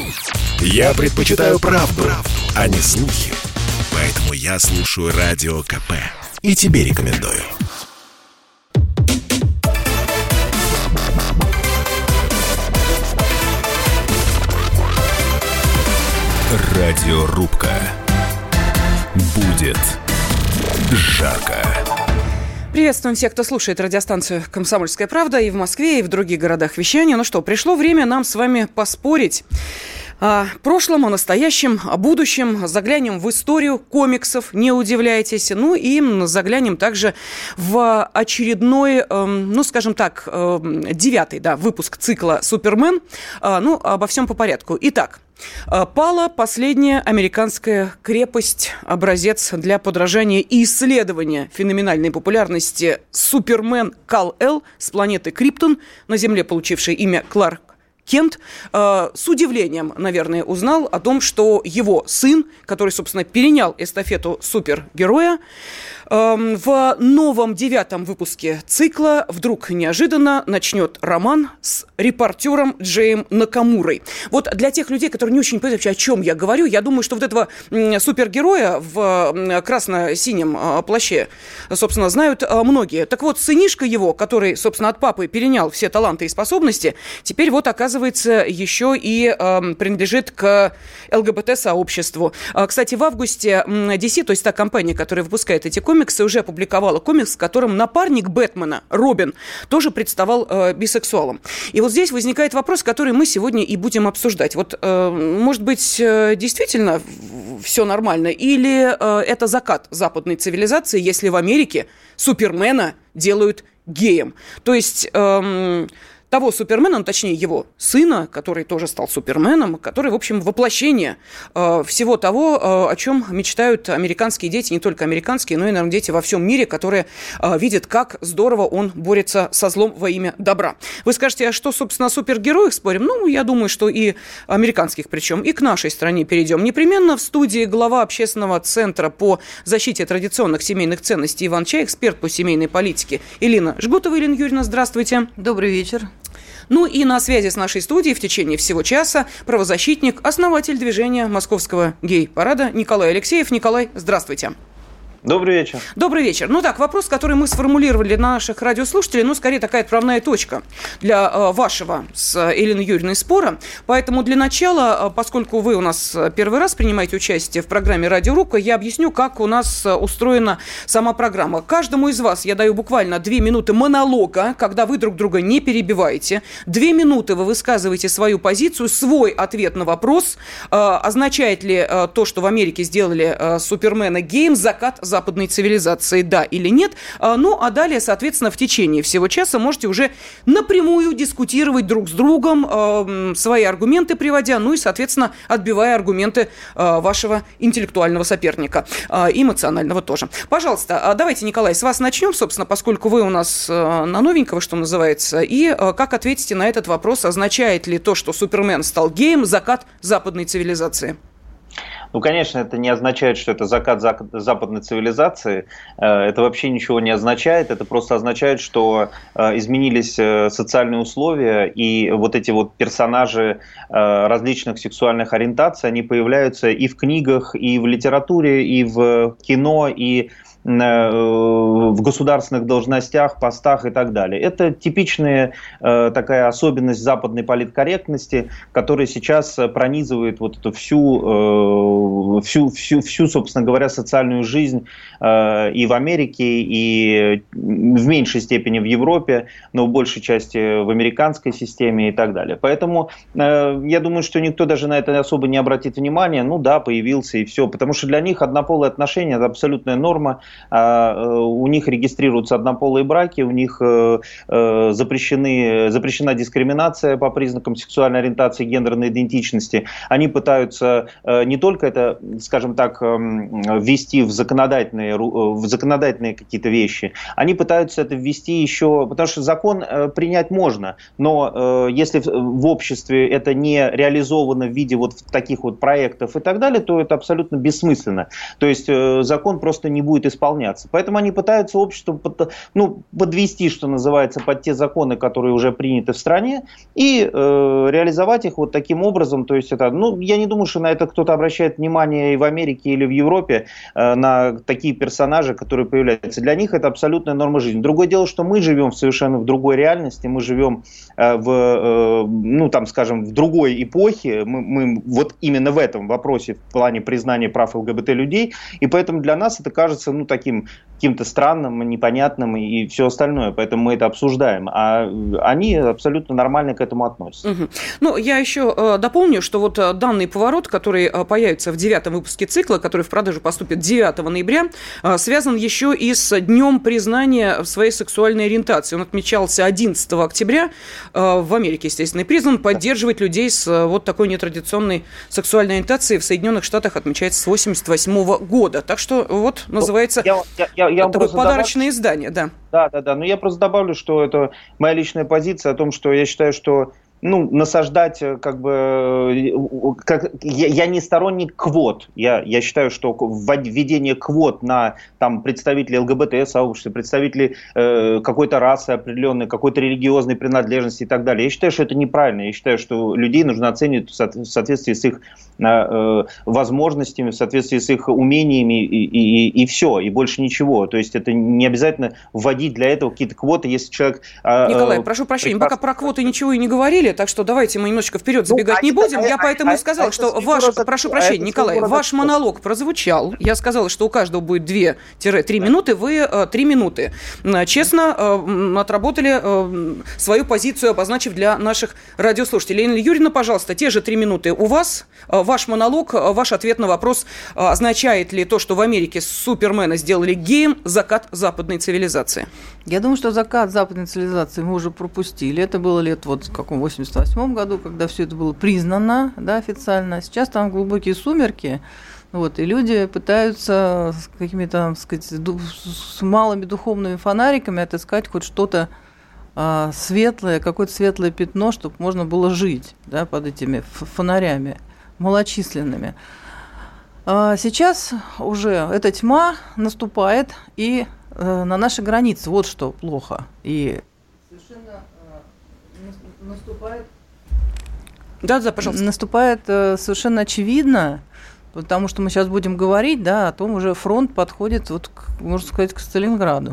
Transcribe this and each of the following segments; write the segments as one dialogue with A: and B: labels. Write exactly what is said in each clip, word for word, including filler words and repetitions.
A: Я предпочитаю правду, правду, а не слухи. Поэтому я слушаю Радио КП. И тебе рекомендую. Радиорубка. Будет жарко.
B: Приветствуем всех, кто слушает радиостанцию «Комсомольская правда» и в Москве, и в других городах вещания. Ну что, пришло время нам с вами поспорить о прошлом, о настоящем, о будущем. Заглянем в историю комиксов, не удивляйтесь. Ну и заглянем также в очередной, ну скажем так, девятый да, выпуск цикла «Супермен». Ну, обо всем по порядку. Итак. Пала последняя американская крепость, образец для подражания и исследования феноменальной популярности Супермен Кал-El с планеты Криптон, на Земле получивший имя Кларк Кент, с удивлением, наверное, узнал о том, что его сын, который, собственно, перенял эстафету супергероя, в новом девятом выпуске цикла вдруг неожиданно начнет роман с репортером Джеем Накамурой. Вот для тех людей, которые не очень понимают, о чем я говорю, я думаю, что вот этого супергероя в красно-синем плаще, собственно, знают многие. Так вот, сынишка его, который, собственно, от папы перенял все таланты и способности, теперь вот, оказывается, еще и принадлежит к ЛГБТ-сообществу. Кстати, в августе ди си, то есть та компания, которая выпускает эти комиксы, комиксы уже опубликовала комикс, в котором напарник Бэтмена, Робин, тоже представал э, бисексуалом. И вот здесь возникает вопрос, который мы сегодня и будем обсуждать. Вот, э, может быть, э, действительно все нормально? Или э, это закат западной цивилизации, если в Америке Супермена делают геем? То есть... Э, того Супермена, ну, точнее, его сына, который тоже стал Суперменом, который, в общем, воплощение э, всего того, э, о чем мечтают американские дети, не только американские, но и, наверное, дети во всем мире, которые э, видят, как здорово он борется со злом во имя добра. Вы скажете, а что, собственно, о супергероях спорим? Ну, я думаю, что и американских причем, и к нашей стране перейдем. Непременно в студии глава общественного центра по защите традиционных семейных ценностей Иван Чай, эксперт по семейной политике Элина Жгутова. Елена Юрьевна, здравствуйте.
C: Добрый вечер.
B: Ну и на связи с нашей студией в течение всего часа правозащитник, основатель движения Московского гей-парада Николай Алексеев. Николай, здравствуйте.
D: Добрый вечер.
B: Добрый вечер. Ну так, вопрос, который мы сформулировали для наших радиослушателей, ну, скорее такая отправная точка для э, вашего с Еленой Юрьевной спора. Поэтому для начала, поскольку вы у нас первый раз принимаете участие в программе «Радиорубка», я объясню, как у нас устроена сама программа. Каждому из вас я даю буквально две минуты монолога, когда вы друг друга не перебиваете. Две минуты вы высказываете свою позицию, свой ответ на вопрос, э, означает ли э, то, что в Америке сделали э, Супермена геем, закат западной цивилизации, да или нет. Ну, а далее, соответственно, в течение всего часа можете уже напрямую дискутировать друг с другом, э, свои аргументы приводя, ну и, соответственно, отбивая аргументы э, вашего интеллектуального соперника, э, эмоционального тоже. Пожалуйста, давайте, Николай, с вас начнем, собственно, поскольку вы у нас э, на новенького, что называется, и э, как ответите на этот вопрос, означает ли то, что Супермен стал геем, закат западной цивилизации?
D: Ну, конечно, это не означает, что это закат западной цивилизации. Это вообще ничего не означает. Это просто означает, что изменились социальные условия, и вот эти вот персонажи различных сексуальных ориентаций, они появляются и в книгах, и в литературе, и в кино, и в государственных должностях, постах и так далее. Это типичная э, такая особенность западной политкорректности, которая сейчас пронизывает вот эту всю, э, всю, всю, всю, собственно говоря, социальную жизнь э, и в Америке, и в меньшей степени в Европе, но в большей части в американской системе и так далее. Поэтому э, я думаю, что никто даже на это особо не обратит внимания. Ну да, появился и все. Потому что для них однополые отношения – это абсолютная норма. У них регистрируются однополые браки, у них запрещены, запрещена дискриминация по признакам сексуальной ориентации, гендерной идентичности. Они пытаются не только это, скажем так, ввести в законодательные, в законодательные какие-то вещи, они пытаются это ввести еще, потому что закон принять можно, но если в обществе это не реализовано в виде вот таких вот проектов и так далее, то это абсолютно бессмысленно. То есть закон просто не будет исполняться исполняться. Поэтому они пытаются общество под, ну, подвести, что называется, под те законы, которые уже приняты в стране, и э, реализовать их вот таким образом. То есть это, ну, я не думаю, что на это кто-то обращает внимание и в Америке, или в Европе, э, на такие персонажи, которые появляются. Для них это абсолютная норма жизни. Другое дело, что мы живем совершенно в другой реальности, мы живем э, в, э, ну, там, скажем, в другой эпохе, мы, мы вот именно в этом вопросе, в плане признания прав ЛГБТ-людей, и поэтому для нас это кажется, ну, таким каким-то странным, непонятным и все остальное, поэтому мы это обсуждаем, а они абсолютно нормально к этому относятся.
B: Угу. Ну, я еще э, дополню, что вот э, данный поворот, который э, появится в девятом выпуске цикла, который в продажу поступит девятого ноября, э, связан еще и с днем признания своей сексуальной ориентации. Он отмечался одиннадцатого октября э, в Америке, естественно, и призван поддерживать людей с э, вот такой нетрадиционной сексуальной ориентацией. В Соединенных Штатах отмечается с восемьдесят восьмого года. Так что вот называется...
D: Я, я, я... Я
B: такое подарочное добав... издание, да.
D: Да, да, да. Но я просто добавлю, что это моя личная позиция о том, что я считаю, что ну, насаждать, как бы, как, я, я не сторонник квот. Я, я считаю, что введение квот на там, представителей ЛГБТ-сообщества, представителей э, какой-то расы определенной, какой-то религиозной принадлежности и так далее, я считаю, что это неправильно. Я считаю, что людей нужно оценивать в соответствии с их э, возможностями, в соответствии с их умениями и, и, и, и все, и больше ничего. То есть это не обязательно вводить для этого какие-то квоты, если человек... Э,
B: Николай, прошу прощения, прекрасно... пока про квоты ничего и не говорили, так что давайте мы немножечко вперед забегать ну, не будем. А, я а, поэтому а, и сказала, а, что ваш, за... прошу прощения, а Николай, ваш за... монолог прозвучал. Я сказала, что у каждого будет две-три да. минуты, вы три минуты. Честно отработали свою позицию, обозначив для наших радиослушателей. Елена Юрьевна, пожалуйста, те же три минуты у вас. Ваш монолог, ваш ответ на вопрос, означает ли то, что в Америке Супермена сделали геем, закат западной цивилизации?
C: Я думаю, что закат западной цивилизации мы уже пропустили. Это было лет вот в каком восемьдесят восьмом году, когда все это было признано, да, официально. Сейчас там глубокие сумерки, вот, и люди пытаются с какими-то, так сказать, с малыми духовными фонариками отыскать хоть что-то а, светлое, какое-то светлое пятно, чтобы можно было жить, да, под этими фонарями малочисленными. А сейчас уже эта тьма наступает и э, на наши границы. Вот что плохо. И совершенно э, наступает...
B: Да, да, пожалуйста.
C: Наступает э, совершенно очевидно, потому что мы сейчас будем говорить, да, о том, уже фронт подходит, вот, к, можно сказать, к Сталинграду.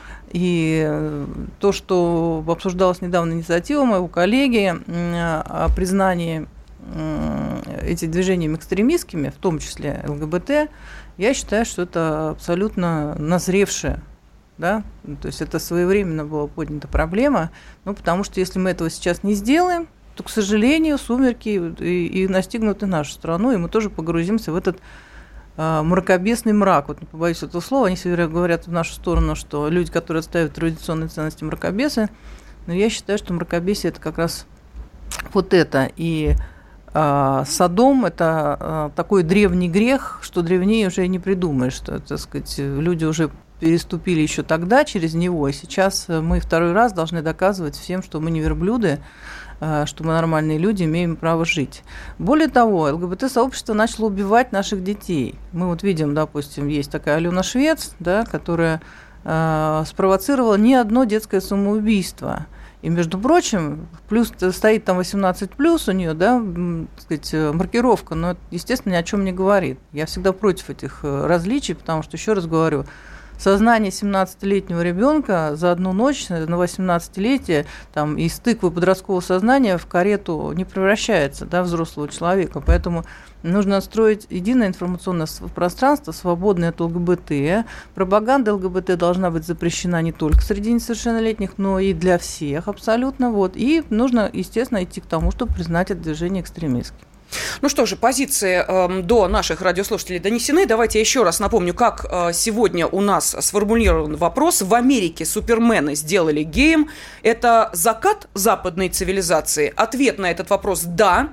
C: И то, что обсуждалась недавно инициатива моего коллеги о признании этими движениями экстремистскими, в том числе ЛГБТ, я считаю, что это абсолютно назревшая, да, то есть это своевременно была поднята проблема, ну, потому что если мы этого сейчас не сделаем, то, к сожалению, сумерки и, и настигнут и нашу страну, и мы тоже погрузимся в этот э, мракобесный мрак. Вот не побоюсь этого слова, они всегда говорят в нашу сторону, что люди, которые отстаивают традиционные ценности, мракобесы, но я считаю, что мракобесие – это как раз вот это. И э, Содом – это э, такой древний грех, что древнее уже не придумаешь, что, так сказать, люди уже переступили еще тогда через него, и сейчас мы второй раз должны доказывать всем, что мы не верблюды, что мы нормальные люди, имеем право жить. Более того, ЛГБТ-сообщество начало убивать наших детей. Мы вот видим, допустим, есть такая Алена Швец, да, которая э, спровоцировала не одно детское самоубийство. И, между прочим, плюс стоит там восемнадцать плюс у нее, да, так сказать, маркировка, но, естественно, ни о чем не говорит. Я всегда против этих различий, потому что, еще раз говорю, сознание семнадцатилетнего ребенка за одну ночь на восемнадцатилетие там, из тыквы подросткового сознания в карету не превращается, да, взрослого человека. Поэтому нужно отстроить единое информационное пространство, свободное от ЛГБТ. Пропаганда ЛГБТ должна быть запрещена не только среди несовершеннолетних, но и для всех абсолютно. Вот. И нужно, естественно, идти к тому, чтобы признать это движение экстремистским.
B: Ну что же, позиции э, до наших радиослушателей донесены. Давайте я еще раз напомню, как э, сегодня у нас сформулирован вопрос. В Америке Супермена сделали геем. Это закат западной цивилизации? Ответ на этот вопрос – да.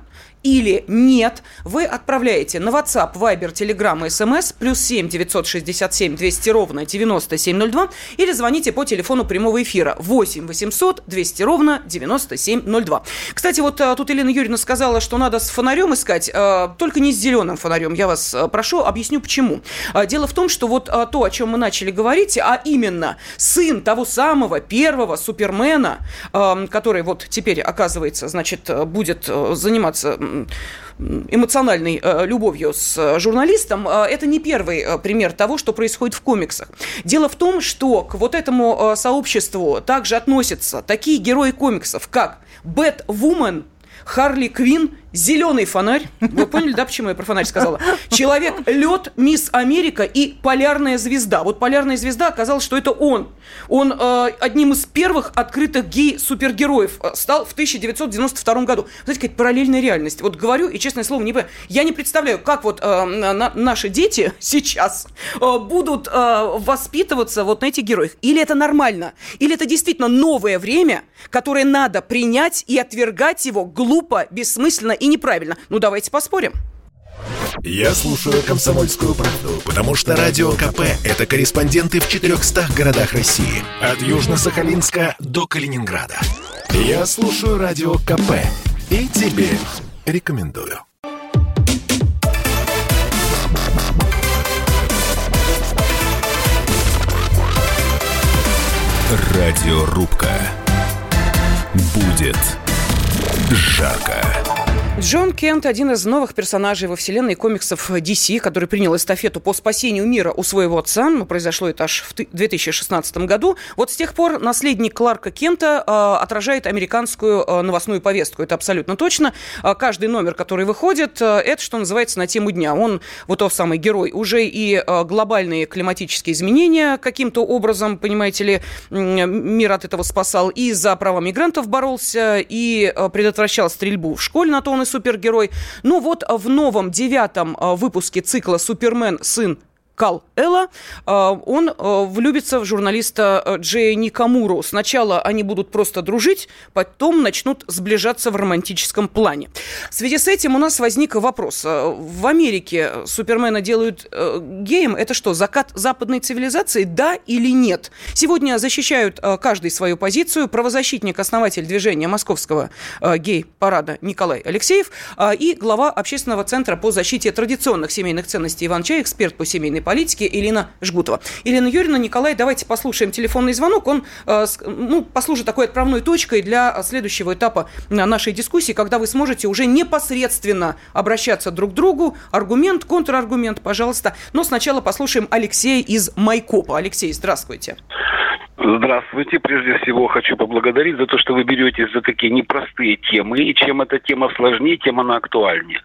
B: или нет, вы отправляете на WhatsApp, Viber, Telegram и СМС плюс семь девятьсот шестьдесят семь двести ровно девяносто семь ноль два или звоните по телефону прямого эфира восемь восемьсот двести ровно девяносто семь ноль два. Кстати, вот тут Елена Юрьевна сказала, что надо с фонарем искать, только не с зеленым фонарем. Я вас прошу, объясню почему. Дело в том, что вот то, о чем мы начали говорить, а именно сын того самого первого Супермена, который вот теперь, оказывается, значит, будет заниматься эмоциональной э, любовью с журналистом, э, это не первый э, пример того, что происходит в комиксах. Дело в том, что к вот этому э, сообществу также относятся такие герои комиксов, как Бэтвумен, Харли Квинн, Зеленый фонарь. Вы поняли, да, почему я про фонарь сказала? Человек-лед, Мисс Америка и Полярная звезда. Вот Полярная звезда оказалось, что это он. Он э, одним из первых открытых гей-супергероев стал в тысяча девятьсот девяносто втором году. Знаете, какая-то параллельная реальность. Вот говорю, и, честное слово, не понимаю. Я не представляю, как вот э, на, наши дети сейчас э, будут э, воспитываться вот на этих героях. Или это нормально, или это действительно новое время, которое надо принять и отвергать его глупо, бессмысленно и неправильно. Ну, давайте поспорим.
A: Я слушаю «Комсомольскую правду», потому что Радио КП – это корреспонденты в четырехстах городах России. От Южно-Сахалинска до Калининграда. Я слушаю Радио КП и тебе рекомендую. Радиорубка. Будет жарко.
B: Джон Кент – один из новых персонажей во вселенной комиксов ди си, который принял эстафету по спасению мира у своего отца. Произошло это аж в две тысячи шестнадцатом году. Вот с тех пор наследник Кларка Кента э, отражает американскую э, новостную повестку. Это абсолютно точно. Э, каждый номер, который выходит, э, это, что называется, на тему дня. Он, вот тот самый герой, уже и э, глобальные климатические изменения каким-то образом, понимаете ли, э, мир от этого спасал, и за права мигрантов боролся, и э, предотвращал стрельбу в школе, на то он и супергерой. Ну вот в новом девятом выпуске цикла «Супермен. Сын Кал-Эла» он влюбится в журналиста Джея Никамуру. Сначала они будут просто дружить, потом начнут сближаться в романтическом плане. В связи с этим у нас возник вопрос. В Америке Супермена делают геем. Это что, закат западной цивилизации, да или нет? Сегодня защищают каждый свою позицию. Правозащитник, основатель движения московского гей-парада Николай Алексеев и глава общественного центра по защите традиционных семейных ценностей Иван-Чай, эксперт по семейной политики Елена Жгутова. Елена Юрьевна, Николай, давайте послушаем телефонный звонок. Он э, ну, послужит такой отправной точкой для следующего этапа нашей дискуссии, когда вы сможете уже непосредственно обращаться друг к другу. Аргумент, контраргумент, пожалуйста. Но сначала послушаем Алексея из Майкопа. Алексей, здравствуйте.
E: Здравствуйте. Прежде всего хочу поблагодарить за то, что вы беретесь за такие непростые темы. И чем эта тема сложнее, тем она актуальнее.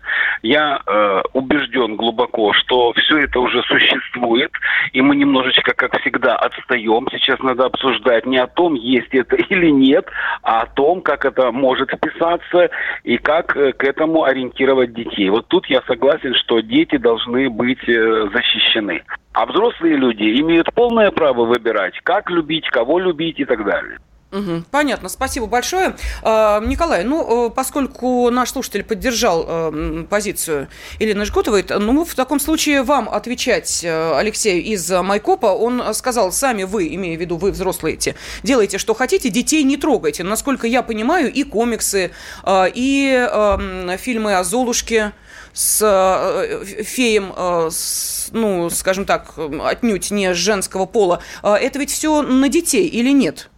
E: Я э, убежден глубоко, что все это уже существует, и мы немножечко, как всегда, отстаем. Сейчас надо обсуждать не о том, есть это или нет, а о том, как это может вписаться и как э, к этому ориентировать детей. Вот тут я согласен, что дети должны быть э, защищены. А взрослые люди имеют полное право выбирать, как любить, кого любить и так далее.
B: Угу, понятно, спасибо большое. А, Николай, ну, поскольку наш слушатель поддержал а, позицию Елены Жгутовой, ну, в таком случае вам отвечать Алексею из Майкопа. Он сказал, сами вы, имея в виду вы, взрослые эти, делайте, что хотите, детей не трогайте. Насколько я понимаю, и комиксы, а, и а, фильмы о Золушке с э, феем, э, с, ну, скажем так, отнюдь не женского пола, э, это ведь все на детей или нет?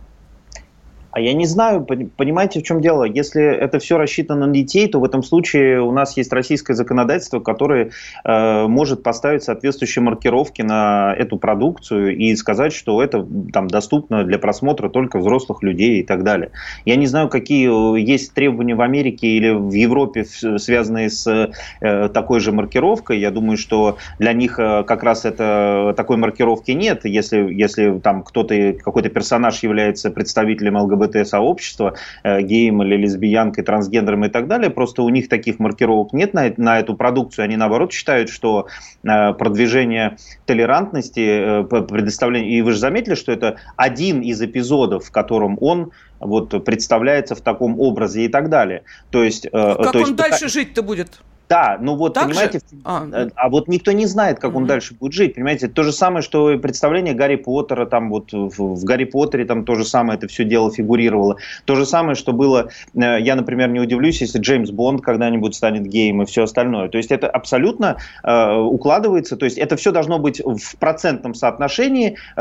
D: А я не знаю, понимаете, в чем дело? Если это все рассчитано на детей, то в этом случае у нас есть российское законодательство, которое э, может поставить соответствующие маркировки на эту продукцию и сказать, что это там доступно для просмотра только взрослых людей и так далее. Я не знаю, какие есть требования в Америке или в Европе, связанные с э, такой же маркировкой. Я думаю, что для них э, как раз это, такой маркировки нет. Если, если там кто-то, какой-то персонаж является представителем ЛГБТ, ЛГБТ-сообщества, геям или лесбиянкой, трансгендером и так далее. Просто у них таких маркировок нет на, на эту продукцию. Они, наоборот, считают, что продвижение толерантности, предоставление... И вы же заметили, что это один из эпизодов, в котором он вот, представляется в таком образе и так далее. То есть,
B: как
D: то
B: он
D: есть,
B: дальше жить-то будет?
D: Да, ну вот, так понимаете, а. а вот никто не знает, как mm-hmm. он дальше будет жить, понимаете, то же самое, что и представление Гарри Поттера, там вот в, в Гарри Поттере там то же самое это все дело фигурировало, то же самое, что было, я, например, не удивлюсь, если Джеймс Бонд когда-нибудь станет геем и все остальное, то есть это абсолютно э, укладывается, то есть это все должно быть в процентном соотношении, э,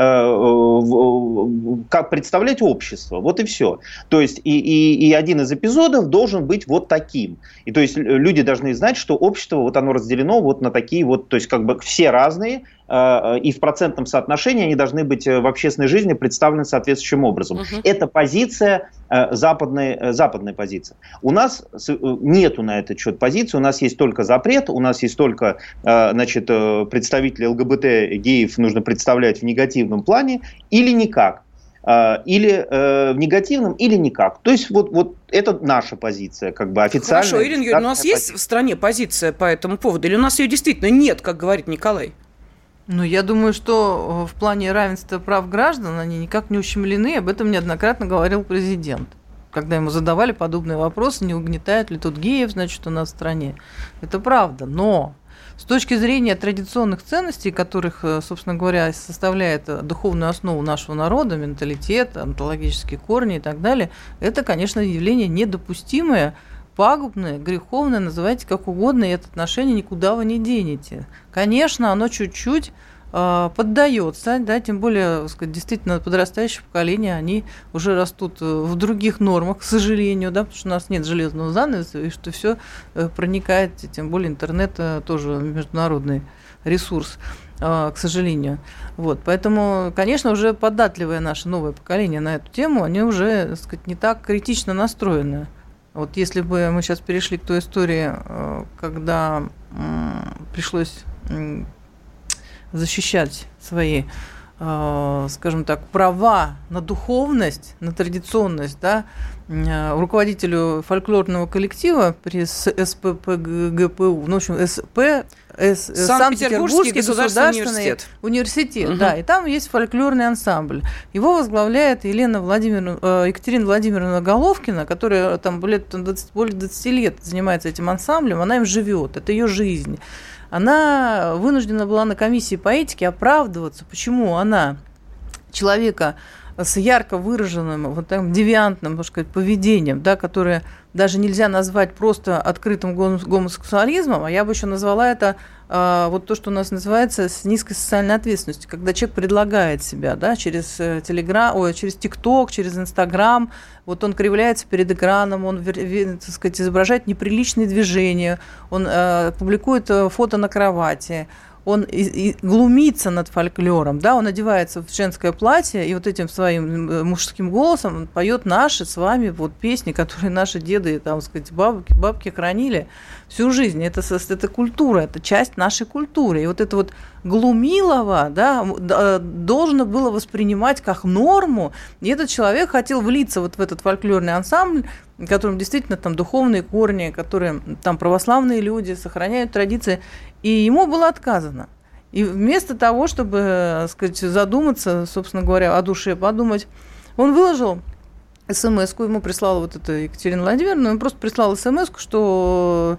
D: в, как представлять общество, вот и все, то есть и, и, и один из эпизодов должен быть вот таким, и то есть люди должны знать, что общество, вот оно разделено вот на такие вот, то есть как бы все разные, э, и в процентном соотношении они должны быть в общественной жизни представлены соответствующим образом. Uh-huh. Это позиция, э, западной, э, западная позиция. У нас э, нету на этот счет позиции, у нас есть только запрет, у нас есть только, э, значит, э, представителей ЛГБТ, геев нужно представлять в негативном плане или никак. Или э, в негативном, или никак. То есть вот, вот это наша позиция, как бы официальная.
B: Хорошо, Ирина Юрьевна, у нас
D: позиция.
B: Есть в стране позиция по этому поводу? Или у нас ее действительно нет, как говорит Николай?
C: Ну, я думаю, что в плане равенства прав граждан они никак не ущемлены. Об этом неоднократно говорил президент. Когда ему задавали подобные вопросы, не угнетают ли тут геев, значит, у нас в стране. Это правда, но... С точки зрения традиционных ценностей, которых, собственно говоря, составляет духовную основу нашего народа, менталитет, онтологические корни и так далее, это, конечно, явление недопустимое, пагубное, греховное, называйте как угодно, и это отношение никуда вы не денете. Конечно, оно чуть-чуть э, поддается, да, тем более, так сказать, действительно подрастающее поколение, они уже растут в других нормах, к сожалению, да, потому что у нас нет железного занавеса, и что все проникает, тем более интернет тоже международный ресурс, э, к сожалению. Вот, поэтому, конечно, уже податливое наше новое поколение на эту тему, они уже, так сказать, не так критично настроены. Вот если бы мы сейчас перешли к той истории, когда пришлось защищать свои, скажем так, права на духовность, на традиционность, да, руководителю фольклорного коллектива при СППГПУ, ну, в общем, СП, Санкт-Петербургский государственный университет, университет угу. Да, и там есть фольклорный ансамбль. Его возглавляет Елена Владимировна, Екатерина Владимировна Головкина, которая там более двадцати лет занимается этим ансамблем, она им живет, это ее жизнь. Она вынуждена была на комиссии по этике оправдываться, почему она человека с ярко выраженным вот таким девиантным, можно сказать, поведением, да, которое даже нельзя назвать просто открытым гомосексуализмом, а я бы еще назвала это э, вот то, что у нас называется с низкой социальной ответственностью, когда человек предлагает себя, да, через телеграм, ой, через ТикТок, через Инстаграм, вот он кривляется перед экраном, он, так сказать, изображает неприличные движения, он э, публикует фото на кровати, он и, и глумится над фольклором, да, он одевается в женское платье и вот этим своим мужским голосом он поет наши с вами вот песни, которые наши деды, там, сказать, бабки, бабки хранили всю жизнь. Это, это культура, это часть нашей культуры. И вот это вот глумилово, да, должно было воспринимать как норму. И этот человек хотел влиться вот в этот фольклорный ансамбль, в котором действительно там духовные корни, которые там православные люди сохраняют традиции. И ему было отказано. И вместо того, чтобы, сказать, задуматься, собственно говоря, о душе подумать, он выложил смс-ку, ему прислала вот эта Екатерина Владимировна, он просто прислал смс-ку, что,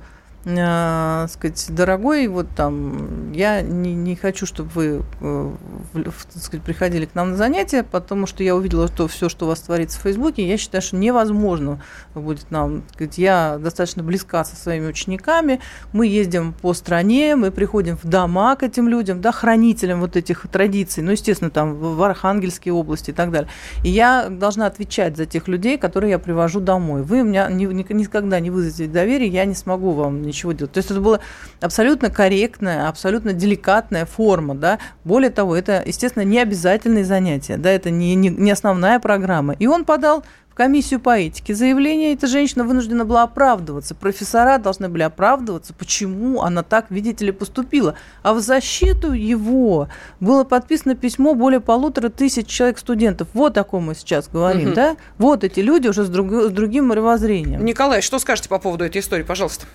C: э, сказать, дорогой, вот там, я не, не хочу, чтобы вы, э, так сказать, приходили к нам на занятия, потому что я увидела, что все, что у вас творится в Фейсбуке, я считаю, что невозможно будет нам, так сказать, я достаточно близка со своими учениками, мы ездим по стране, мы приходим в дома к этим людям, да, хранителям вот этих традиций, ну, естественно, там, в Архангельской области и так далее. И я должна отвечать за тех людей, которые я привожу домой. Вы меня ни, ни, никогда не вызовете доверие, я не смогу вам ничего делать. То есть это была абсолютно корректная, абсолютно деликатная форма, да. Более того, это, естественно, не обязательные занятия, да, это не, не, не основная программа. И он подал в комиссию по этике заявление, эта женщина вынуждена была оправдываться. Профессора должны были оправдываться, почему она так, видите ли, поступила. А в защиту его было подписано письмо более полутора тысяч человек студентов. Вот о ком мы сейчас говорим, угу. да? Вот эти люди уже с, друг, с другим мировоззрением.
B: Николай, что скажете по поводу этой истории, пожалуйста?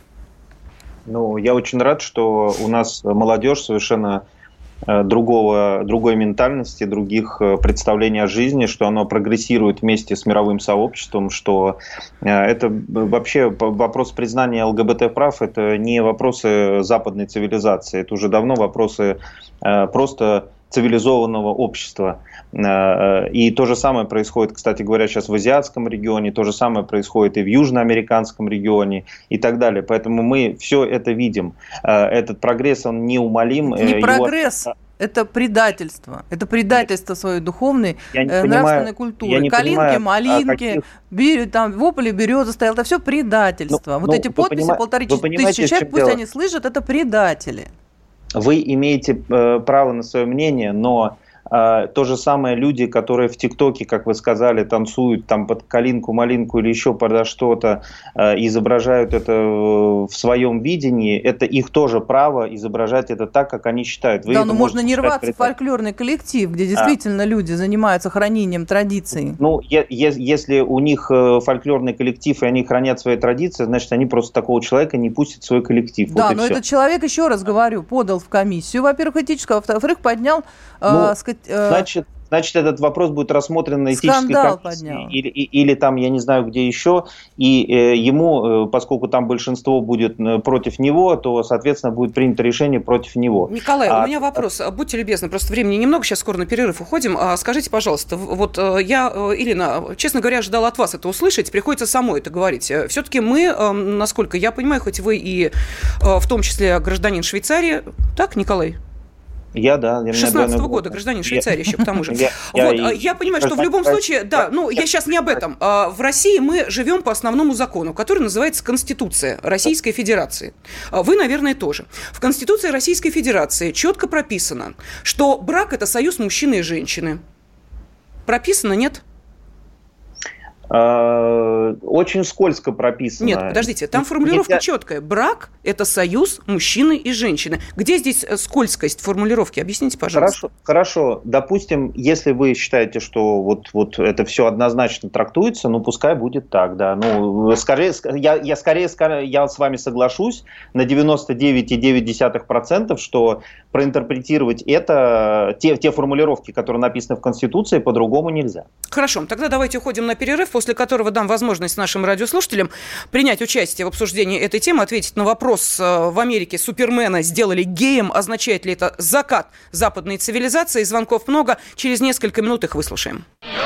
D: Ну, я очень рад, что у нас молодежь совершенно другого, другой ментальности, других представлений о жизни, что оно прогрессирует вместе с мировым сообществом, что это вообще вопрос признания ЛГБТ-прав, это не вопросы западной цивилизации, это уже давно вопросы просто цивилизованного общества. И то же самое происходит, кстати говоря, сейчас в азиатском регионе, то же самое происходит и в южноамериканском регионе и так далее. Поэтому мы все это видим. Этот прогресс, он неумолим.
C: Не Его... прогресс. Это предательство. Это предательство своей духовной, э, нравственной понимаю, культуры. Калинки, понимаю, малинки, каких... там, вопли, березы стоял. Это все предательство. Ну, вот ну, эти подписи, поним... полторы тысячи человек, пусть дело? Они слышат, это предатели.
D: Вы имеете э, право на свое мнение, но э, то же самое люди, которые в ТикТоке, как вы сказали, танцуют там под калинку, малинку или еще подо что-то, э, изображают это в своем видении, это их тоже право изображать это так, как они считают. Вы
C: да, но можно не рваться в фольклорный коллектив, где действительно а. люди занимаются хранением традиций.
D: Ну, е- е- если у них фольклорный коллектив, и они хранят свои традиции, значит, они просто такого человека не пустят в свой коллектив.
C: Да,
D: вот
C: но
D: все.
C: Этот человек, еще раз говорю, подал в комиссию, во-первых, этическую, а во-вторых, поднял...
D: Ну,
C: э, сказать, э,
D: значит, значит, этот вопрос будет рассмотрен на этической комиссии или, или, или там, я не знаю, где еще, и э, ему, э, поскольку там большинство будет против него, то, соответственно, будет принято решение против него.
B: Николай, а, у меня вопрос. Будьте любезны, просто времени немного, сейчас скоро на перерыв уходим. А, скажите, пожалуйста, вот я, Ирина, честно говоря, ожидала от вас это услышать, приходится самой это говорить. Все-таки мы, насколько я понимаю, хоть вы и в том числе гражданин Швейцарии, так, Николай?
D: Я, да.
B: шестнадцатого года, гражданин Швейцарии еще, к тому же. Я, вот, я, я понимаю, что в любом случае, да, ну, я сейчас не об этом. В России мы живем по основному закону, который называется Конституция Российской Федерации. Вы, наверное, тоже. В Конституции Российской Федерации четко прописано, что брак – это союз мужчины и женщины. Прописано, нет?
D: Очень скользко прописано.
B: Нет, подождите, там формулировка Нельзя... четкая. Брак – это союз мужчины и женщины. Где здесь скользкость формулировки? Объясните, пожалуйста.
D: Хорошо, хорошо. Допустим, если вы считаете, что вот, вот это все однозначно трактуется, ну, пускай будет так, да. Ну, скорее, я, я скорее я с вами соглашусь на девяносто девять целых девять десятых процента, что проинтерпретировать это, те, те формулировки, которые написаны в Конституции, по-другому нельзя.
B: Хорошо, тогда давайте уходим на перерыв, после которого дам возможность нашим радиослушателям принять участие в обсуждении этой темы, ответить на вопрос: в Америке Супермена сделали геем, означает ли это закат западной цивилизации? Звонков много, через несколько минут их выслушаем.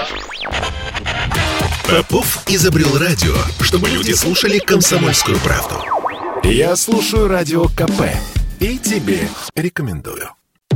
A: Попов изобрел радио, чтобы люди слушали «Комсомольскую правду». Я слушаю Радио КП и тебе рекомендую.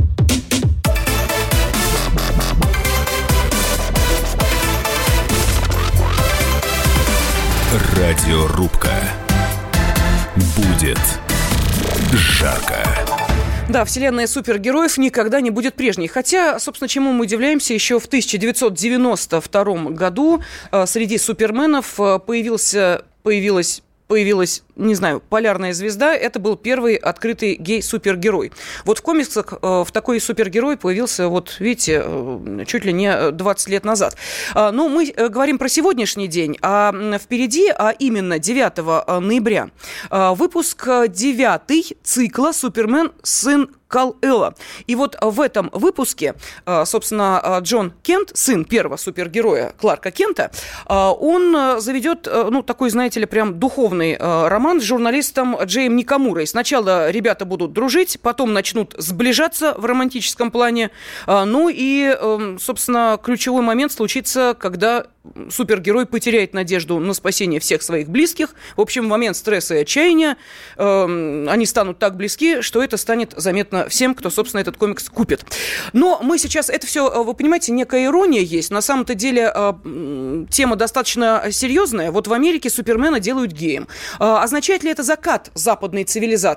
A: Радиорубка. Будет жарко.
B: Да, вселенная супергероев никогда не будет прежней. Хотя, собственно, чему мы удивляемся, еще в тысяча девятьсот девяносто втором году э, среди суперменов э, появился, появилась... появилась, не знаю, полярная звезда. Это был первый открытый гей-супергерой. Вот в комиксах э, в такой супергерой появился, вот видите, э, чуть ли не двадцать лет назад. Э, но мы э, говорим про сегодняшний день, а впереди, а именно девятого ноября, э, выпуск девятый цикла «Супермен. Сын Кал-Эла». И вот в этом выпуске, собственно, Джон Кент, сын первого супергероя Кларка Кента, он заведет, ну, такой, знаете ли, прям духовный роман с журналистом Джеем Никамурой. Сначала ребята будут дружить, потом начнут сближаться в романтическом плане. Ну и, собственно, ключевой момент случится, когда супергерой потеряет надежду на спасение всех своих близких. В общем, в момент стресса и отчаяния э, они станут так близки, что это станет заметно всем, кто, собственно, этот комикс купит. Но мы сейчас... Это все, вы понимаете, некая ирония есть. На самом-то деле э, тема достаточно серьезная. Вот в Америке Супермена делают геем. Э, означает ли это закат западной цивилизации?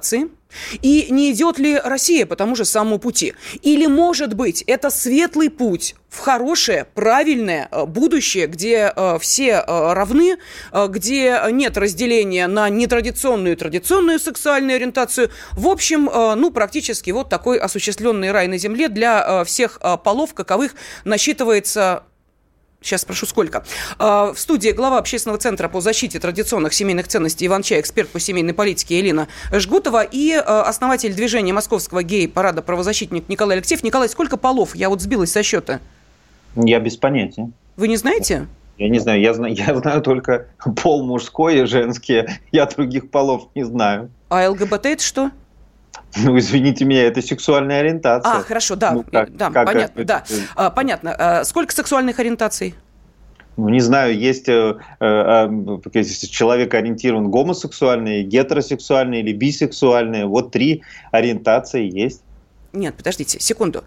B: И не идет ли Россия по тому же самому пути? Или, может быть, это светлый путь в хорошее, правильное будущее, где э, все э, равны, э, где нет разделения на нетрадиционную и традиционную сексуальную ориентацию. В общем, э, ну, практически вот такой осуществленный рай на земле для э, всех э, полов, каковых насчитывается... Сейчас спрошу, сколько. В студии глава общественного центра по защите традиционных семейных ценностей Иван-Чай, эксперт по семейной политике Элина Жгутова и основатель движения Московского гей-парада правозащитник Николай Алексеев. Николай, сколько полов? Я вот сбилась со счета.
D: Я без понятия.
B: Вы не знаете?
D: Я не знаю. Я знаю, я знаю только пол мужской и женский. Я других полов не знаю.
B: А ЛГБТ это что?
D: Ну, извините меня, это сексуальная ориентация.
B: А, хорошо, да,
D: ну, как,
B: да,
D: как
B: понятно,
D: это,
B: да.
D: это...
B: А, понятно. А сколько сексуальных ориентаций?
D: Ну, не знаю, есть э, э, э, человек ориентирован гомосексуальный, гетеросексуальный или бисексуальный. Вот три ориентации есть.
B: Нет, подождите, секунду.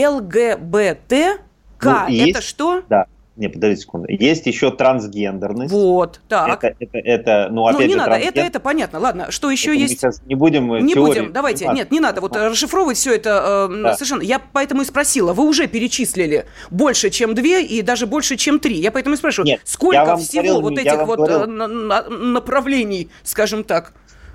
B: ЛГБТК
D: ну, есть,
B: это что?
D: Да. Не, подождите секунду. Есть еще трансгендерность.
B: Вот, так.
D: Это, это, это ну, опять
B: ну, не
D: же,
B: надо,
D: трансген...
B: это, это понятно. Ладно, что еще
D: это
B: есть?
D: Мы сейчас не будем
B: Не
D: теории...
B: будем, давайте. Нет, не надо. Вот расшифровывать все это э, да. совершенно... Я поэтому и спросила. Вы уже перечислили больше, чем две, и даже больше, чем три. Я поэтому и спрашиваю, Нет, сколько всего говорил, вот этих вот говорил... направлений, скажем так?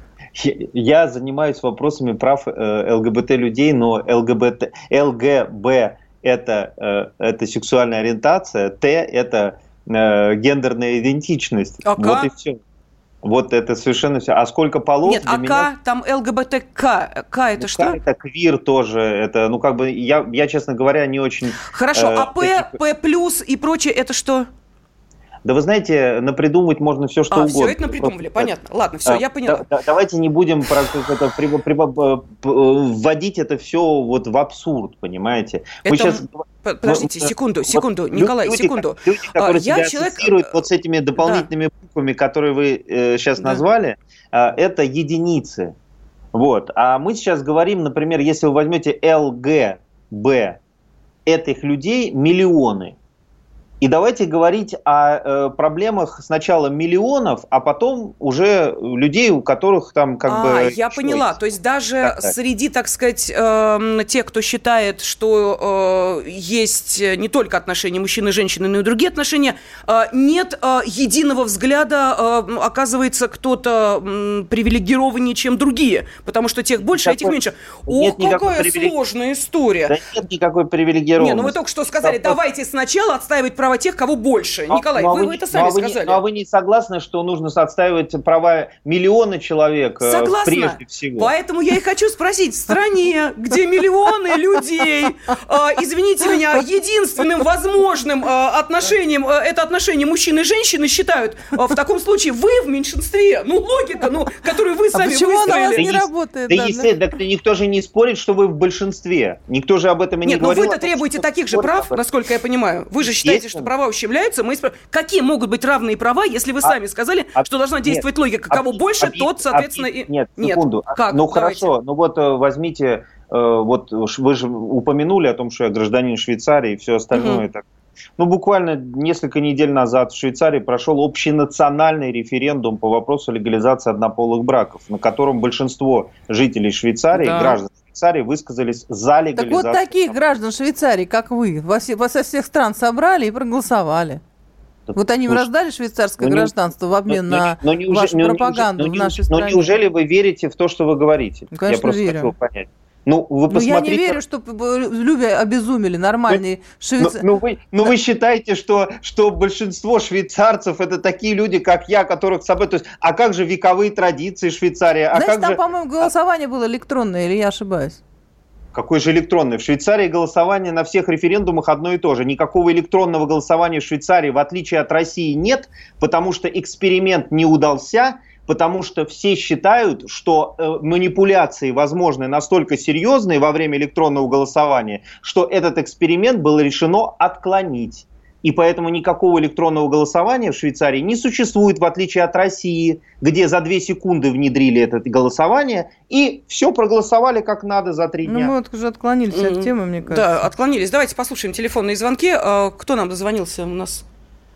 D: Я занимаюсь вопросами прав э, ЛГБТ-людей, но ЛГБТ... ЛГБ... Это, э, это сексуальная ориентация, Т – это э, гендерная идентичность.
B: А
D: вот и все. Вот это совершенно все. А сколько полов?
B: Нет, а
D: меня...
B: К, там ЛГБТК. К это ну, что?
D: К это квир тоже. Это, ну, как бы, я, я, честно говоря, не очень...
B: Хорошо,
D: э,
B: а П,
D: таких...
B: П плюс и прочее, это что?
D: Да вы знаете, напридумать можно все, что
B: а,
D: угодно.
B: все это напридумывали, Просто... понятно. Ладно, все, а, я поняла.
D: Да, давайте не будем про, это, при, при, вводить это все вот в абсурд, понимаете?
B: Это... Мы сейчас... Подождите, мы, секунду, секунду, вот Николай,
D: люди,
B: секунду.
D: Люди, которые
B: а,
D: себя
B: я человек...
D: ассоциируют вот с этими дополнительными да. буквами, которые вы э, сейчас да. назвали, э, это единицы. Вот. А мы сейчас говорим, например, если вы возьмете ЛГБ, этих людей миллионы. И давайте говорить о э, проблемах сначала миллионов, а потом уже людей, у которых там как
B: а,
D: бы...
B: Я поняла. Есть. То есть даже так, так. среди, так сказать, э, тех, кто считает, что э, есть не только отношения мужчины и женщины, но и другие отношения, э, нет э, единого взгляда, э, оказывается, кто-то э, привилегированнее, чем другие, потому что тех больше, а этих меньше. Ох, какая привилег... сложная история.
D: Да нет никакой привилегированности.
B: Не, ну вы только что сказали, да, давайте сначала отстаивать права тех, кого больше.
D: Но,
B: Николай,
D: но
B: вы,
D: вы,
B: вы это сами
D: но вы
B: сказали.
D: Не, но вы не согласны, что нужно отстаивать права миллиона человек?
B: Согласна.
D: Прежде всего?
B: Поэтому я и хочу спросить, в стране, где миллионы людей, извините меня, единственным возможным отношением, это отношение мужчины и женщины, считают, в таком случае вы в меньшинстве. Ну, логика, ну, которую вы сами
C: выстроили. А почему она у вас
B: не
C: работает?
D: Да, да, да, никто же не спорит, что вы в большинстве. Никто же об этом и не
B: Нет,
D: говорил.
B: Нет, но вы-то требуете таких же прав, насколько я понимаю. Вы же считаете, что права ущемляются. Мы спр... Какие могут быть равные права, если вы а, сами сказали, а, что должна действовать нет, логика? Кого а, больше, а, тот, соответственно, и...
D: Нет, секунду. Нет. Как? Ну, Давайте. Хорошо. Ну, вот возьмите... Вот вы же упомянули о том, что я гражданин Швейцарии и все остальное. Угу. Так. Ну, буквально несколько недель назад в Швейцарии прошел общенациональный референдум по вопросу легализации однополых браков, на котором большинство жителей Швейцарии, да. граждан Швейцарии, высказались за легализацию.
C: Так вот таких граждан Швейцарии, как вы, вас, вас со всех стран собрали и проголосовали. Так, вот они слушай, раздали швейцарское ну, гражданство в обмен но, на но, но, вашу но, пропаганду но, в нашей но, стране. Но неужели
D: вы верите в то, что вы говорите?
C: Ну, конечно,
D: я просто
C: верю.
D: хочу понять. Ну, вы
C: ну, я не верю, что люди обезумели, нормальные ну, швейцарцы.
D: Ну, ну, вы, ну да. вы считаете, что, что большинство швейцарцев это такие люди, как я, которых с собой... То есть, а как же вековые традиции Швейцарии? А
C: Знаете,
D: как
C: там,
D: же...
C: по-моему, голосование было электронное, или я ошибаюсь?
D: Какое же электронное? В Швейцарии голосование на всех референдумах одно и то же. Никакого электронного голосования в Швейцарии, в отличие от России, нет, потому что эксперимент не удался, потому что все считают, что э, манипуляции возможны настолько серьезные во время электронного голосования, что этот эксперимент было решено отклонить. И поэтому никакого электронного голосования в Швейцарии не существует, в отличие от России, где за две секунды внедрили это голосование, и все проголосовали как надо за три дня.
C: Ну, мы вот уже отклонились mm-hmm. от темы, мне кажется.
B: Да, отклонились. Давайте послушаем телефонные звонки. Кто нам дозвонился у нас?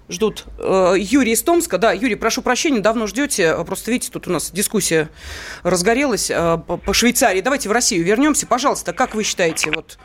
B: Ждут. Юрий из Томска. Да, Юрий, прошу прощения, давно ждете. Просто, видите, тут у нас дискуссия разгорелась по Швейцарии. Давайте в Россию вернемся. Пожалуйста, как вы считаете? Вот...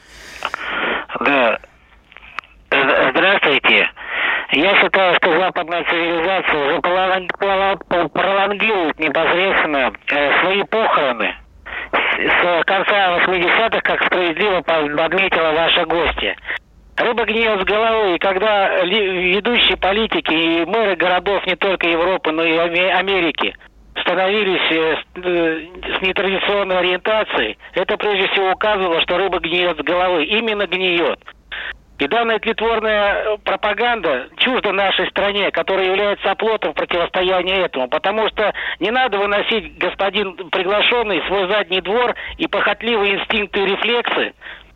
F: Да. Здравствуйте. Я считаю, что западная цивилизация уже пролонгирует непосредственно свои похороны с конца восьмидесятых, как справедливо подметила ваша гостья. Рыба гниет с головы, и когда ведущие политики и мэры городов не только Европы, но и Америки становились с нетрадиционной ориентацией, это прежде всего указывало, что рыба гниет с головы. Именно гниет. И данная тлетворная пропаганда чужда нашей стране, которая является оплотом противостояния этому. Потому что не надо выносить, господин приглашенный, свой задний двор и похотливые инстинкты и рефлексы,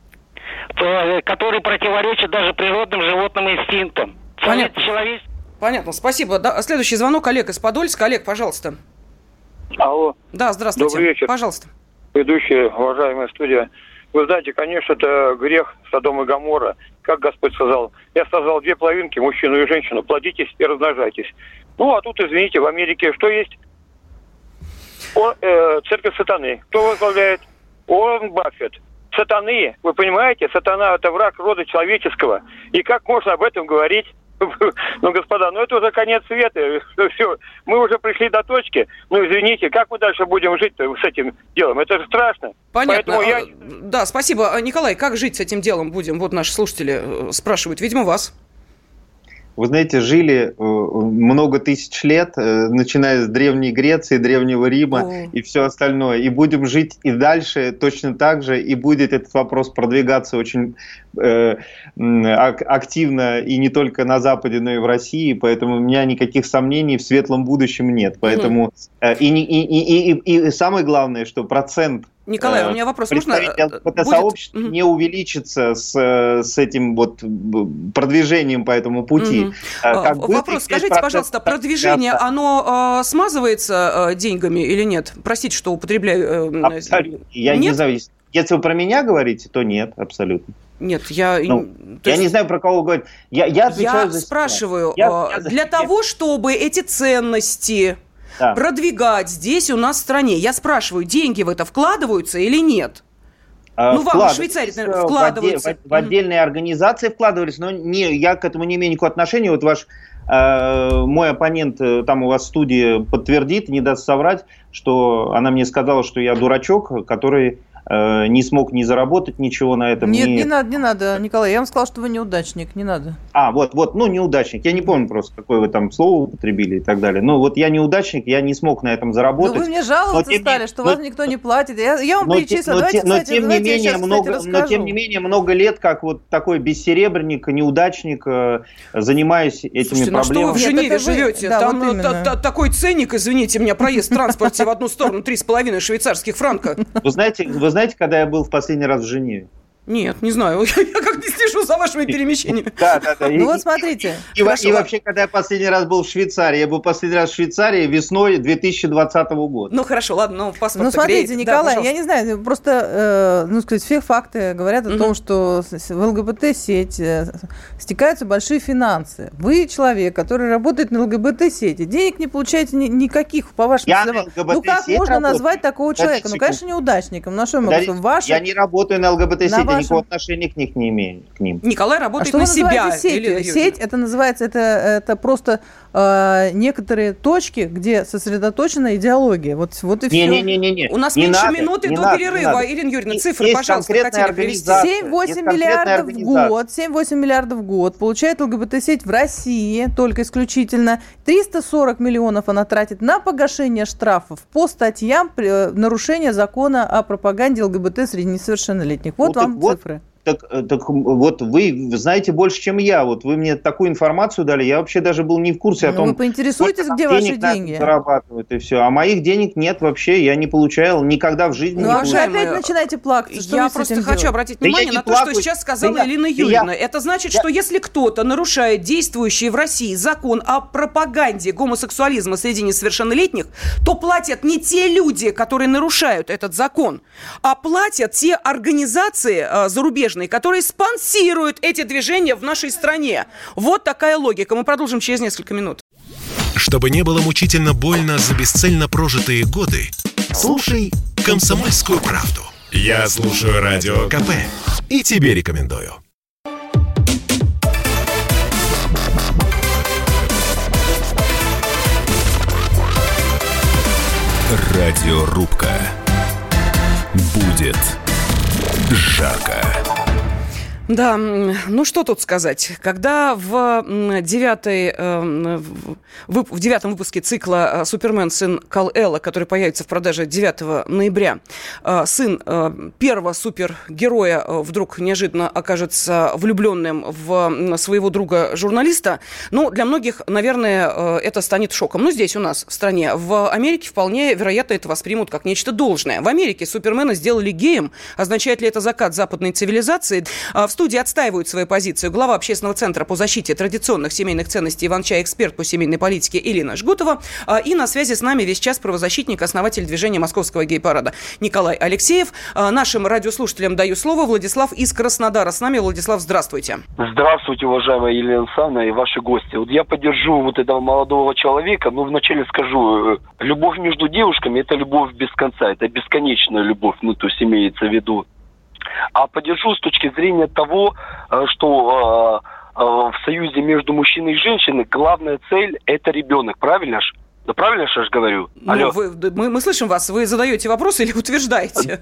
F: которые противоречат даже природным животным инстинктам.
B: Понятно.
F: Человек...
B: Понятно, спасибо. Да, следующий звонок. Олег из Подольска. Олег, пожалуйста.
G: Алло.
B: Да, здравствуйте.
G: Добрый вечер.
B: Пожалуйста.
G: Ведущая, уважаемая студия. Вы знаете, конечно, это грех Содом и Гоморра. Как Господь сказал? Я создал две половинки, мужчину и женщину. Плодитесь и размножайтесь. Ну, а тут, извините, в Америке что есть? О, э, церковь сатаны. Кто возглавляет? Уоррен Баффет. Сатаны, вы понимаете? Сатана – это враг рода человеческого. И как можно об этом говорить? Ну, господа, ну это уже конец света. Все, мы уже пришли до точки. Ну, извините, как мы дальше будем жить с этим делом? Это же страшно.
B: Понятно.
G: Я...
B: Да, спасибо. Николай, как жить с этим делом будем? Вот наши слушатели спрашивают. Видимо, вас.
D: Вы знаете, жили много тысяч лет, начиная с Древней Греции, Древнего Рима О. и все остальное. И будем жить и дальше точно так же, и будет этот вопрос продвигаться очень э, активно и не только на Западе, но и в России. Поэтому у меня никаких сомнений в светлом будущем нет. Поэтому э, и, и, и, и, и самое главное, что процент
B: Николай, у меня вопрос. Можно?
D: Это сообщество будет... не увеличится с, с этим вот продвижением по этому пути.
B: Угу. Как вопрос, скажите, пожалуйста, продвижение, оно э, смазывается э, деньгами или нет? Простите, что употребляю. Э,
D: абсолютно. Я нет? не знаю, если вы про меня говорите, то нет, абсолютно.
B: Нет, я...
D: Ну, я есть... не знаю, про кого вы говорите. Я, я отвечаю
B: я
D: за
B: спрашиваю, я, э, для я... того, чтобы эти ценности... Да. продвигать здесь у нас в стране. Я спрашиваю, деньги в это вкладываются или нет?
D: А,
B: ну, вам в Швейцарии, наверное, вкладываются. В, отде- в, в отдельные организации вкладывались, но не, я к этому не имею никакого отношения. Вот ваш э, мой оппонент там у вас в студии подтвердит, не даст соврать, что она мне сказала, что я дурачок, который э, не смог ни заработать ничего на этом.
C: Нет,
D: ни...
C: не надо, не надо, Николай. Я вам сказала, что вы неудачник, не надо.
D: А, вот, вот, ну, неудачник. Я не помню просто, какое вы там слово употребили и так далее. Но вот я неудачник, я не смог на этом заработать.
C: Ну, вы мне жаловаться но, стали, тем, что но, вас никто не платит. Я, я вам
D: но,
C: перечислила.
D: Но,
C: давайте,
D: но,
C: кстати,
D: тем
C: давайте
D: не менее,
C: сейчас,
D: много,
C: кстати,
D: но тем не менее, много лет, как вот такой бессеребренник, неудачник, занимаюсь этими
B: Слушайте,
D: проблемами.
B: Ну, что вы в Женеве Нет, живете? Да, там вот та, та, такой ценник, извините меня, проезд в транспорте в одну сторону три с половиной швейцарских франка.
D: Вы знаете, вы знаете, когда я был в последний раз в Женеве?
B: Нет, не знаю. Я как не слежу за вашими перемещениями.
D: Да, да, да.
C: Ну вот смотрите.
D: И, и вообще, когда я последний раз был в Швейцарии, я был последний раз в Швейцарии весной две тысячи двадцатого года.
B: Ну хорошо, ладно, но паспорт.
C: Ну смотрите, Николай, да, я не знаю, просто, э, ну сказать, все факты говорят о угу. том, что в ЛГБТ-сеть стекаются большие финансы. Вы человек, который работает на ЛГБТ-сети, денег не получаете ни, никаких, по вашим
D: я
C: словам. Ну как можно работаю. назвать такого человека? Ну, конечно, неудачником. На что я могу сказать? Ваши...
D: Я не работаю на ЛГБТ-сети. Никакого отношения к них не имею, к ним.
B: Николай работает
C: а
B: на себя.
C: Или, сеть, это называется, это, это просто э, некоторые точки, где сосредоточена идеология. Вот, вот и все.
D: Не-не-не.
B: У нас
D: не
B: меньше
D: надо,
B: минуты до
D: надо,
B: перерыва. Ирина Юрьевна, цифры,
D: есть
B: пожалуйста, хотели привести.
C: семь-восемь миллиардов в год, семь-восемь миллиардов в год получает ЛГБТ-сеть в России, только исключительно. триста сорок миллионов она тратит на погашение штрафов по статьям нарушения закона о пропаганде ЛГБТ среди несовершеннолетних. Вот, вот вам
D: вот.
C: цифры.
D: Так, так вот вы знаете больше, чем я. Вот вы мне такую информацию дали, я вообще даже был не в курсе о том,
C: вы поинтересуетесь, где ваши деньги
D: зарабатывают и все. А моих денег нет вообще, я не получал никогда в жизни.
C: Ну, а вы опять начинаете плакать. Что
B: я просто хочу делать? обратить внимание да на то, плакаю. что сейчас сказала да Елена Юрьевна. Я... Это значит, я... что если кто-то нарушает действующий в России закон о пропаганде гомосексуализма среди несовершеннолетних, то платят не те люди, которые нарушают этот закон, а платят те организации зарубежные, зарубежные, которые спонсируют эти движения в нашей стране. Вот такая логика. Мы продолжим через несколько минут.
A: Чтобы не было мучительно больно за бесцельно прожитые годы, слушай «Комсомольскую правду». Я слушаю Радио КП и тебе рекомендую. Радиорубка. Будет жарко.
B: Да, ну что тут сказать. Когда в, девятой, в девятом выпуске цикла «Супермен. Сын Кал-Эла», который появится в продаже девятого ноября, сын первого супергероя вдруг неожиданно окажется влюбленным в своего друга-журналиста, ну, для многих, наверное, это станет шоком. Но здесь у нас, в стране, в Америке вполне вероятно это воспримут как нечто должное. В Америке Супермена сделали геем. Означает ли это закат западной цивилизации? В студии отстаивают свою позицию глава общественного центра по защите традиционных семейных ценностей Иван-Чай, эксперт по семейной политике Элина Жгутова. И на связи с нами весь час правозащитник, основатель движения Московского гей-парада Николай Алексеев. Нашим радиослушателям даю слово. Владислав из Краснодара с нами. Владислав, здравствуйте.
H: Здравствуйте, уважаемая Елена Александровна и ваши гости. Вот я поддержу вот этого молодого человека, но вначале скажу, любовь между девушками – это любовь без конца, это бесконечная любовь, ну, то есть имеется в виду. А поддержу с точки зрения того, что э, э, в союзе между мужчиной и женщиной главная цель – это ребенок. Правильно ж? Да правильно же я говорю?
B: Ну, вы, мы, мы слышим вас. Вы задаете вопросы или утверждаете?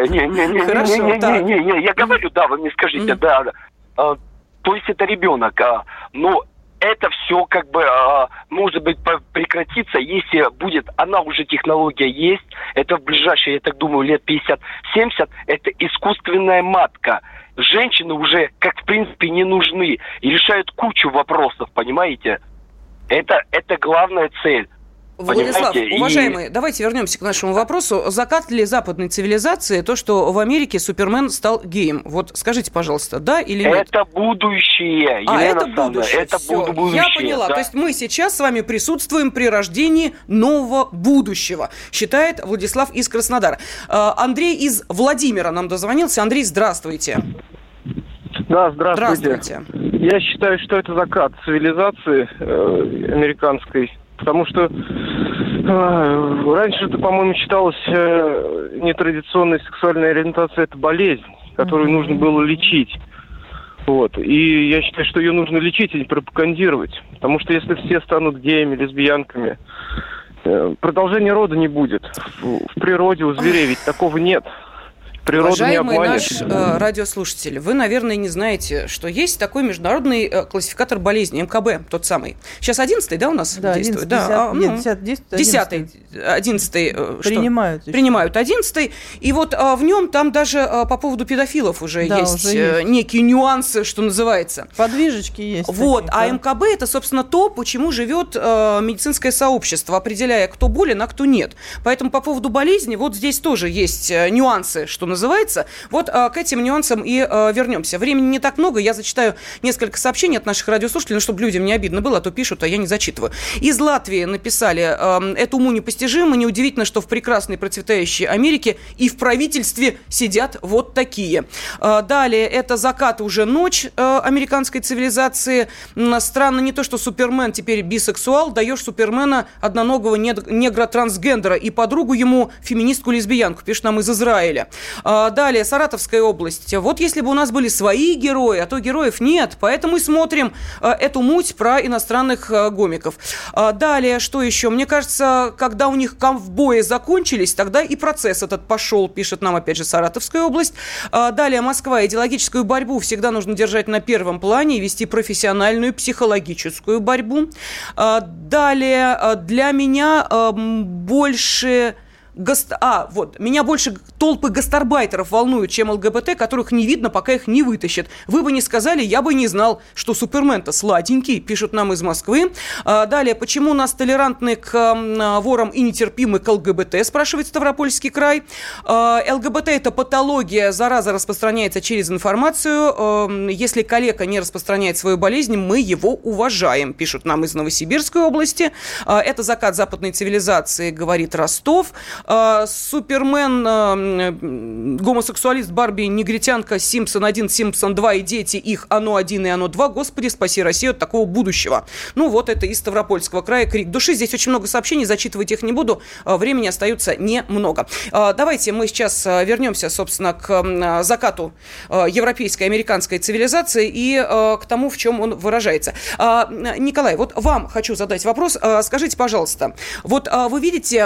H: Не-не-не, я говорю, да, вы мне скажите, да. То есть это ребенок, но это все как бы а, может быть прекратится, если будет, она уже технология есть, это в ближайшие, я так думаю, лет пятьдесят-семьдесят, это искусственная матка. Женщины уже, как в принципе, не нужны и решают кучу вопросов, понимаете? Это, это главная цель.
B: Владислав,
H: понимаете?
B: уважаемые,
H: и...
B: давайте вернемся к нашему вопросу. Закат ли западной цивилизации то, что в Америке Супермен стал геем? Вот скажите, пожалуйста, да или нет?
H: Это будущее, Елена
B: А, это
H: Александровна,
B: будущее.
H: это
B: Всё,
H: будущее.
B: Я поняла.
H: Да.
B: То есть мы сейчас с вами присутствуем при рождении нового будущего, считает Владислав из Краснодара. Андрей из Владимира нам дозвонился. Андрей, здравствуйте.
I: Да, здравствуйте.
B: Здравствуйте.
I: Я считаю, что это закат цивилизации э, американской. Потому что э, раньше это, по-моему, считалось э, нетрадиционная сексуальная ориентация – это болезнь, которую mm-hmm. нужно было лечить. Вот. И я считаю, что ее нужно лечить, а не пропагандировать. Потому что если все станут геями, лесбиянками, э, продолжения рода не будет. В, в природе у зверей ведь такого нет. Природу
B: Уважаемый
I: не обманешь.
B: наш э, радиослушатель, вы, наверное, не знаете, что есть такой международный э, классификатор болезней, эм ка бэ, тот самый. Сейчас одиннадцатый, да, у нас
C: да,
B: действует?
C: одиннадцатый,
B: да,
C: десятый, нет, десятый, десятый,
B: десятый, одиннадцатый. Э,
C: принимают.
B: Что? Принимают одиннадцатый. И вот э, в нем там даже э, по поводу педофилов уже, да, есть, уже э, есть некие нюансы, что называется.
C: Подвижечки есть.
B: Вот,
C: такие,
B: а
C: да.
B: эм ка бэ это, собственно, то, почему живет э, медицинское сообщество, определяя, кто болен, а кто нет. Поэтому по поводу болезни вот здесь тоже есть э, нюансы, что называется. Вот а, к этим нюансам и а, вернемся. Времени не так много, я зачитаю несколько сообщений от наших радиослушателей, ну, чтобы людям не обидно было, а то пишут, а я не зачитываю. Из Латвии написали, а, это уму непостижимо, неудивительно, что в прекрасной процветающей Америке и в правительстве сидят вот такие. А, далее, это закат уже ночь а, американской цивилизации. Странно не то, что Супермен теперь бисексуал, даешь Супермена одноногого негра-трансгендера и подругу ему феминистку-лесбиянку, пишет нам из Израиля. А, далее, Саратовская область. Вот если бы у нас были свои герои, а то героев нет, поэтому и смотрим э, эту муть про иностранных э, гомиков. А, далее, что еще? Мне кажется, когда у них ковбои закончились, тогда и процесс этот пошел, пишет нам опять же Саратовская область. А, далее, Москва. Идеологическую борьбу всегда нужно держать на первом плане и вести профессиональную психологическую борьбу. А, далее, для меня э, больше... Гаст... А, вот, меня больше толпы гастарбайтеров волнуют, чем ЛГБТ, которых не видно, пока их не вытащат. Вы бы не сказали, я бы не знал, что Супермен-то сладенький, пишут нам из Москвы. А, далее, почему у нас толерантны к а, ворам и нетерпимы к ЛГБТ, спрашивает Ставропольский край. А, ЛГБТ – это патология, зараза распространяется через информацию. А, если калека не распространяет свою болезнь, мы его уважаем, пишут нам из Новосибирской области. А, это закат западной цивилизации, говорит Ростов. э, Супермен, э, гомосексуалист, Барби, негритянка, Симпсон один, Симпсон два и дети их, оно один и оно два. Господи, спаси Россию от такого будущего. Ну вот это из Ставропольского края крик души. Здесь очень много сообщений, зачитывать их не буду. Времени остается немного. Давайте мы сейчас вернемся, собственно, к закату европейской, американской цивилизации и к тому, в чем он выражается. Николай, вот вам хочу задать вопрос. Скажите, пожалуйста, вот вы видите,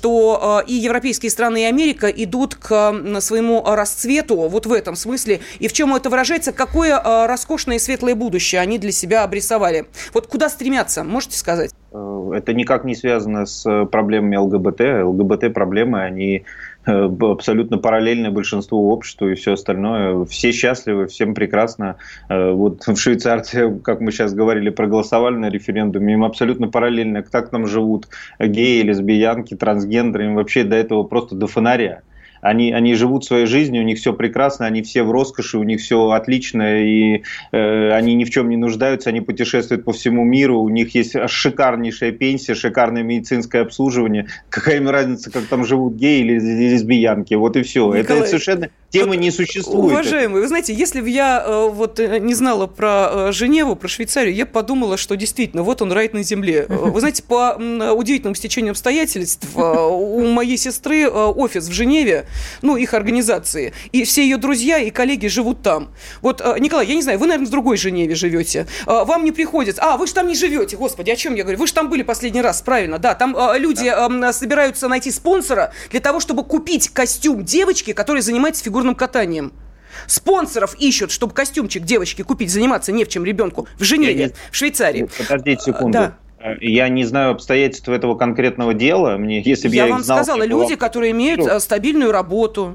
B: что и европейские страны, и Америка идут к своему расцвету вот в этом смысле, и в чем это выражается, какое роскошное и светлое будущее они для себя обрисовали? Вот куда стремятся, можете сказать?
D: Это никак не связано с проблемами ЛГБТ. ЛГБТ-проблемы, они абсолютно параллельны большинству обществу и все остальное. Все счастливы, всем прекрасно. Вот в Швейцарии, как мы сейчас говорили, проголосовали на референдуме, им абсолютно параллельно, как там живут геи, лесбиянки, трансгендеры, им вообще до этого просто до фонаря. Они, они живут своей жизнью, у них все прекрасно, они все в роскоши, у них все отлично, и э, они ни в чем не нуждаются, они путешествуют по всему миру, у них есть шикарнейшая пенсия, шикарное медицинское обслуживание. Какая им разница, как там живут геи или лесбиянки, вот и все. Николай, это совершенно темы вот, не существует.
B: Уважаемые, вы знаете, если бы я э, вот не знала про э, Женеву, про Швейцарию, я подумала, что действительно, вот он, рай на земле. Вы знаете, по э, удивительному стечению обстоятельств, э, у моей сестры э, офис в Женеве, ну, их организации, и все ее друзья и коллеги живут там. Вот, Николай, я не знаю, вы, наверное, в другой Женеве живете. Вам не приходится... А, вы же там не живете, господи, о чем я говорю? Вы же там были последний раз, правильно, да. Там люди да. собираются найти спонсора для того, чтобы купить костюм девочки, которая занимается фигурным катанием. Спонсоров ищут, чтобы костюмчик девочки купить, заниматься не в чем ребенку. В Женеве, я, в Швейцарии.
D: Подождите секунду.
B: Да.
D: Я не знаю обстоятельств этого конкретного дела. Мне, если бы
B: я,
D: я
B: вам
D: знал,
B: сказала, люди, вам... которые имеют стабильную работу.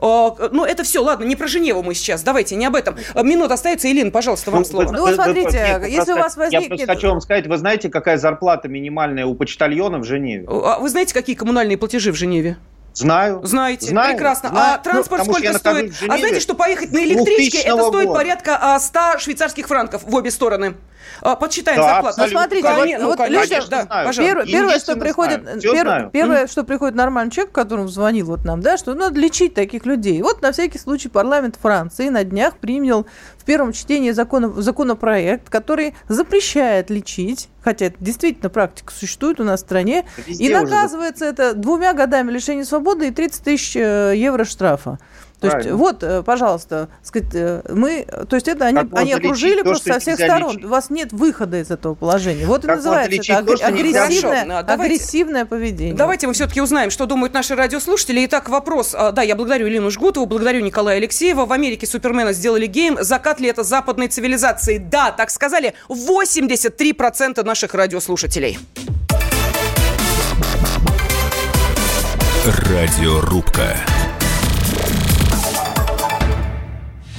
B: Ну, это все, ладно, не про Женеву мы сейчас, давайте, не об этом. Минута остается, Елена, пожалуйста, вам ну, слово.
C: Ну, вот смотрите, нет, если у вас возникнет...
D: Я просто хочу вам сказать, вы знаете, какая зарплата минимальная у почтальона в Женеве?
B: А вы знаете, какие коммунальные платежи в Женеве?
D: Знаю.
B: Знаете,
D: знаю,
B: прекрасно.
D: Знаю.
B: А транспорт
D: ну,
B: сколько стоит? А знаете, что поехать на электричке, это стоит года. порядка сто швейцарских франков в обе стороны. Подсчитаем
C: да,
B: зарплату.
C: Ну, смотрите,
B: конечно,
C: вот,
B: конечно,
C: конечно,
B: да,
C: пожалуйста. Первое, первое, что приходит, пер, первое, что приходит нормальный человек, которому звонил вот нам, да, что надо лечить таких людей. Вот на всякий случай парламент Франции на днях принял в первом чтении закон, законопроект, который запрещает лечить, хотя это действительно практика существует у нас в стране, и наказывается уже... это двумя годами лишения свободы и тридцать тысяч евро штрафа. То есть, вот, пожалуйста, сказать, мы, то есть это они, они окружили то, просто со всех сторон. Лечить. У вас нет выхода из этого положения. Вот как и называется это аг- то, агрессивное, агрессивное поведение.
B: Давайте мы все-таки узнаем, что думают наши радиослушатели. Итак, вопрос. Да, я благодарю Елену Жгутову, благодарю Николая Алексеева. В Америке Супермена сделали геем. Закат ли это западной цивилизации? Да, так сказали восемьдесят три процента наших радиослушателей.
A: Радиорубка.